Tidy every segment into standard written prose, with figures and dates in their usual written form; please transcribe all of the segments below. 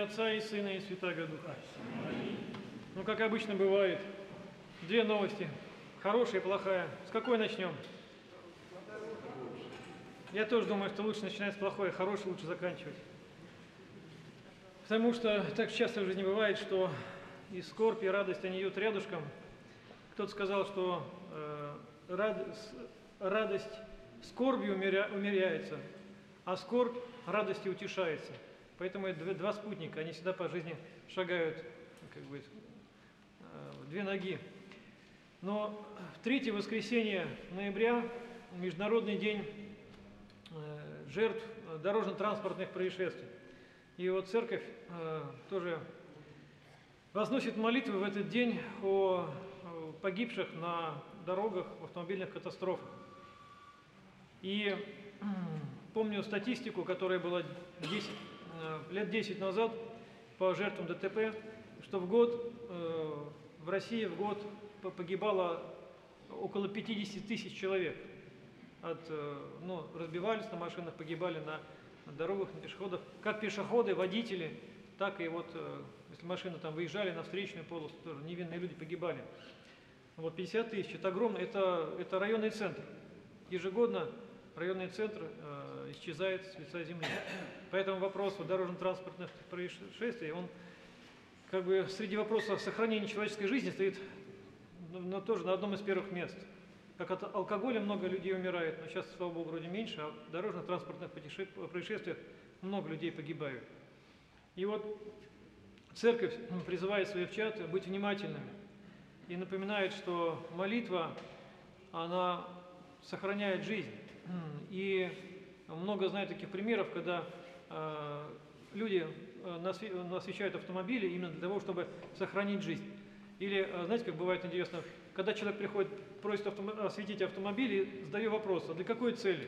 Отца и Сына и Святаго Духа. Ну, как обычно бывает, две новости. Хорошая и плохая. С какой начнем? Я тоже думаю, что лучше начинать с плохой, а хорошей лучше заканчивать. Потому что так часто в жизни бывает, что и скорбь, и радость, они идут рядышком. Кто-то сказал, что радость скорбью умеряется, а скорбь радостью утешается. Поэтому это два спутника, они всегда по жизни шагают, как бы, в две ноги. Но в третье воскресенье ноября, Международный день жертв дорожно-транспортных происшествий. И вот церковь тоже возносит молитвы в этот день о погибших на дорогах в автомобильных катастрофах. И помню статистику, которая была лет 10 назад по жертвам ДТП, что в год в России в год погибало около 50 тысяч человек. Разбивались на машинах, погибали на дорогах, на пешеходах. Как пешеходы, водители, так и вот, если машины там выезжали на встречную полосу, тоже невинные люди погибали. Вот 50 тысяч, это огромно, это районный центр. Ежегодно районный центр исчезает с лица земли. Поэтому вопрос дорожно-транспортных происшествий, он как бы среди вопросов сохранения человеческой жизни стоит тоже на одном из первых мест. Как от алкоголя много людей умирает, но сейчас, слава Богу, вроде меньше, а в дорожно-транспортных происшествиях много людей погибают. И вот церковь призывает своих чад быть внимательными и напоминает, что молитва, она сохраняет жизнь. И много знаю таких примеров, когда люди освещают автомобили именно для того, чтобы сохранить жизнь. Или, знаете, как бывает интересно, когда человек приходит, просит осветить автомобиль и задает вопрос, а для какой цели?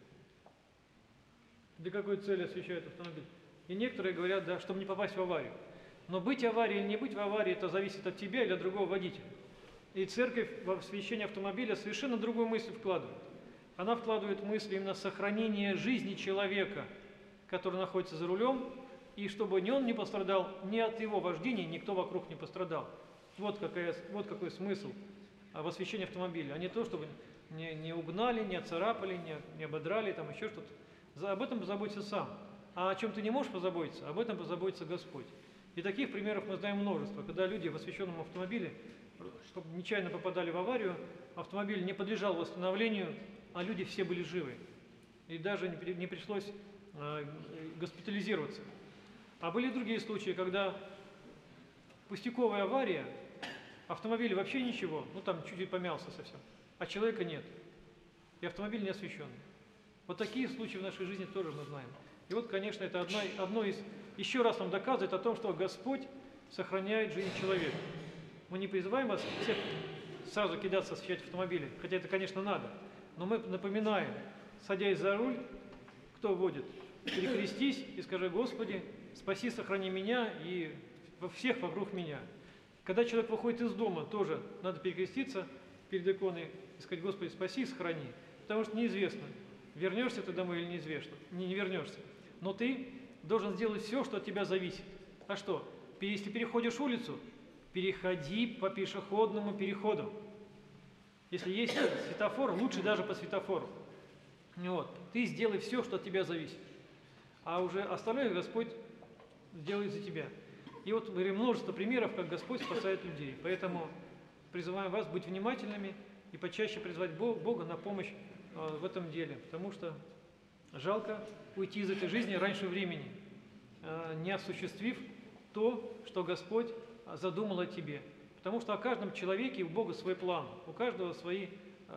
Для какой цели освещают автомобиль? И некоторые говорят, да, чтобы не попасть в аварию. Но быть в аварии или не быть в аварии, это зависит от тебя или от другого водителя. И церковь в освещение автомобиля совершенно другую мысль вкладывает. Она вкладывает мысль именно сохранения жизни человека, который находится за рулем, и чтобы ни он не пострадал, ни от его вождения никто вокруг не пострадал. Вот какой смысл в освещении автомобиля, а не то, чтобы не угнали, не отцарапали, не ободрали, там еще что-то. Об этом позаботься сам. А о чем ты не можешь позаботиться, об этом позаботится Господь. И таких примеров мы знаем множество, когда люди в освещенном автомобиле, чтобы нечаянно попадали в аварию, автомобиль не подлежал восстановлению, а люди все были живы. И даже не пришлось госпитализироваться. А были другие случаи, когда пустяковая авария, автомобиль вообще ничего, там чуть-чуть помялся совсем, а человека нет. И автомобиль не освещенный. Вот такие случаи в нашей жизни тоже мы знаем. И вот, конечно, это одно из... Еще раз нам доказывает о том, что Господь сохраняет жизнь человека. Мы не призываем вас всех сразу кидаться освещать автомобили, хотя это, конечно, надо. Но мы напоминаем, садясь за руль, кто водит, перекрестись и скажи: Господи, спаси, сохрани меня и всех вокруг меня. Когда человек выходит из дома, тоже надо перекреститься перед иконой и сказать: Господи, спаси и сохрани. Потому что неизвестно, вернешься ты домой или не вернешься. Но ты должен сделать все, что от тебя зависит. А что? Если переходишь улицу, переходи по пешеходному переходу. Если есть светофор, лучше даже по светофору. Вот. Ты сделай все, что от тебя зависит. А уже остальное Господь сделает за тебя. И вот мы говорим множество примеров, как Господь спасает людей. Поэтому призываем вас быть внимательными и почаще призвать Бога на помощь в этом деле. Потому что жалко уйти из этой жизни раньше времени, не осуществив то, что Господь задумал о тебе. Потому что о каждом человеке у Бога свой план, у каждого свои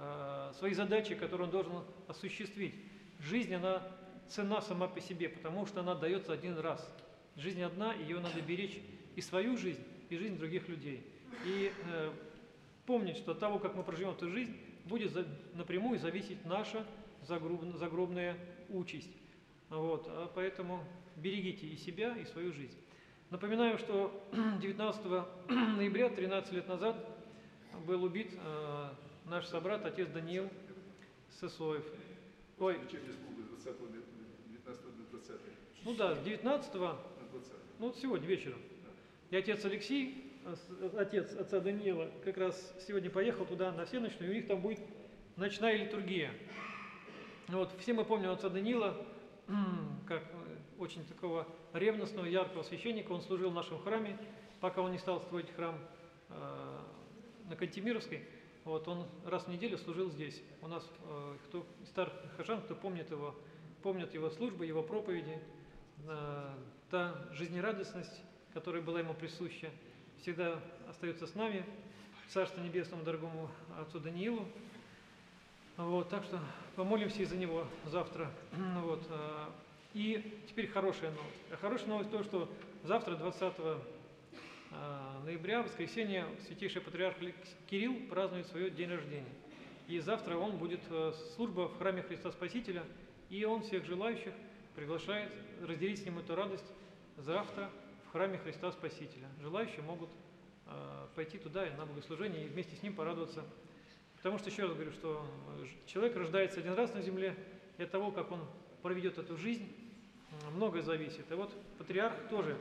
задачи, которые он должен осуществить. Жизнь, она ценна сама по себе, потому что она дается один раз. Жизнь одна, ее надо беречь и свою жизнь, и жизнь других людей. И помнить, что от того, как мы проживем эту жизнь, будет напрямую зависеть наша загробная участь. Вот. Поэтому берегите и себя, и свою жизнь. Напоминаю, что 19 ноября, 13 лет назад, был убит наш собрат, отец Даниил Сысоев. Ой. Ну да, 19-го Ну вот сегодня вечером. И отец Алексей, отец отца Даниила, как раз сегодня поехал туда на всеночную, и у них там будет ночная литургия. Вот, все мы помним отца Даниила, как очень такого ревностного, яркого священника. Он служил в нашем храме, пока он не стал строить храм на Кантемировской. Вот, он раз в неделю служил здесь. У нас, кто старых прихожан, кто помнит его службы, его проповеди, та жизнерадостность, которая была ему присуща, всегда остается с нами. Царство Небесному, дорогому отцу Даниилу. Вот, так что помолимся и за него завтра. Вот. И теперь хорошая новость. Хорошая новость то, что завтра, 20 ноября, воскресенье, святейший патриарх Кирилл празднует свой день рождения. И завтра он будет служба в храме Христа Спасителя, и он всех желающих приглашает разделить с ним эту радость завтра в храме Христа Спасителя. Желающие могут пойти туда и на богослужение и вместе с ним порадоваться. Потому что, еще раз говорю, что человек рождается один раз на земле, и от того, как он проведет эту жизнь, многое зависит. И вот патриарх тоже,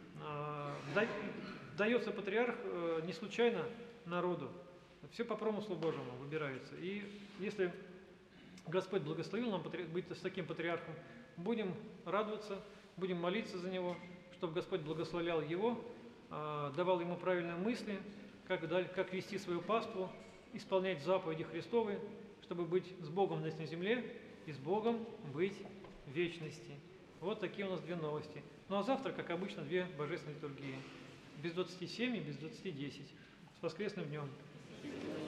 дается патриарх не случайно народу, все по промыслу Божьему выбирается. И если Господь благословил нам быть с таким патриархом, будем радоваться, будем молиться за него, чтобы Господь благословлял его, давал ему правильные мысли, как вести свою паству, исполнять заповеди Христовы, чтобы быть с Богом на этой земле и с Богом быть в вечности. Вот такие у нас две новости. Ну а завтра, как обычно, две божественные литургии. Без 27 и без 20:10. С воскресным днем!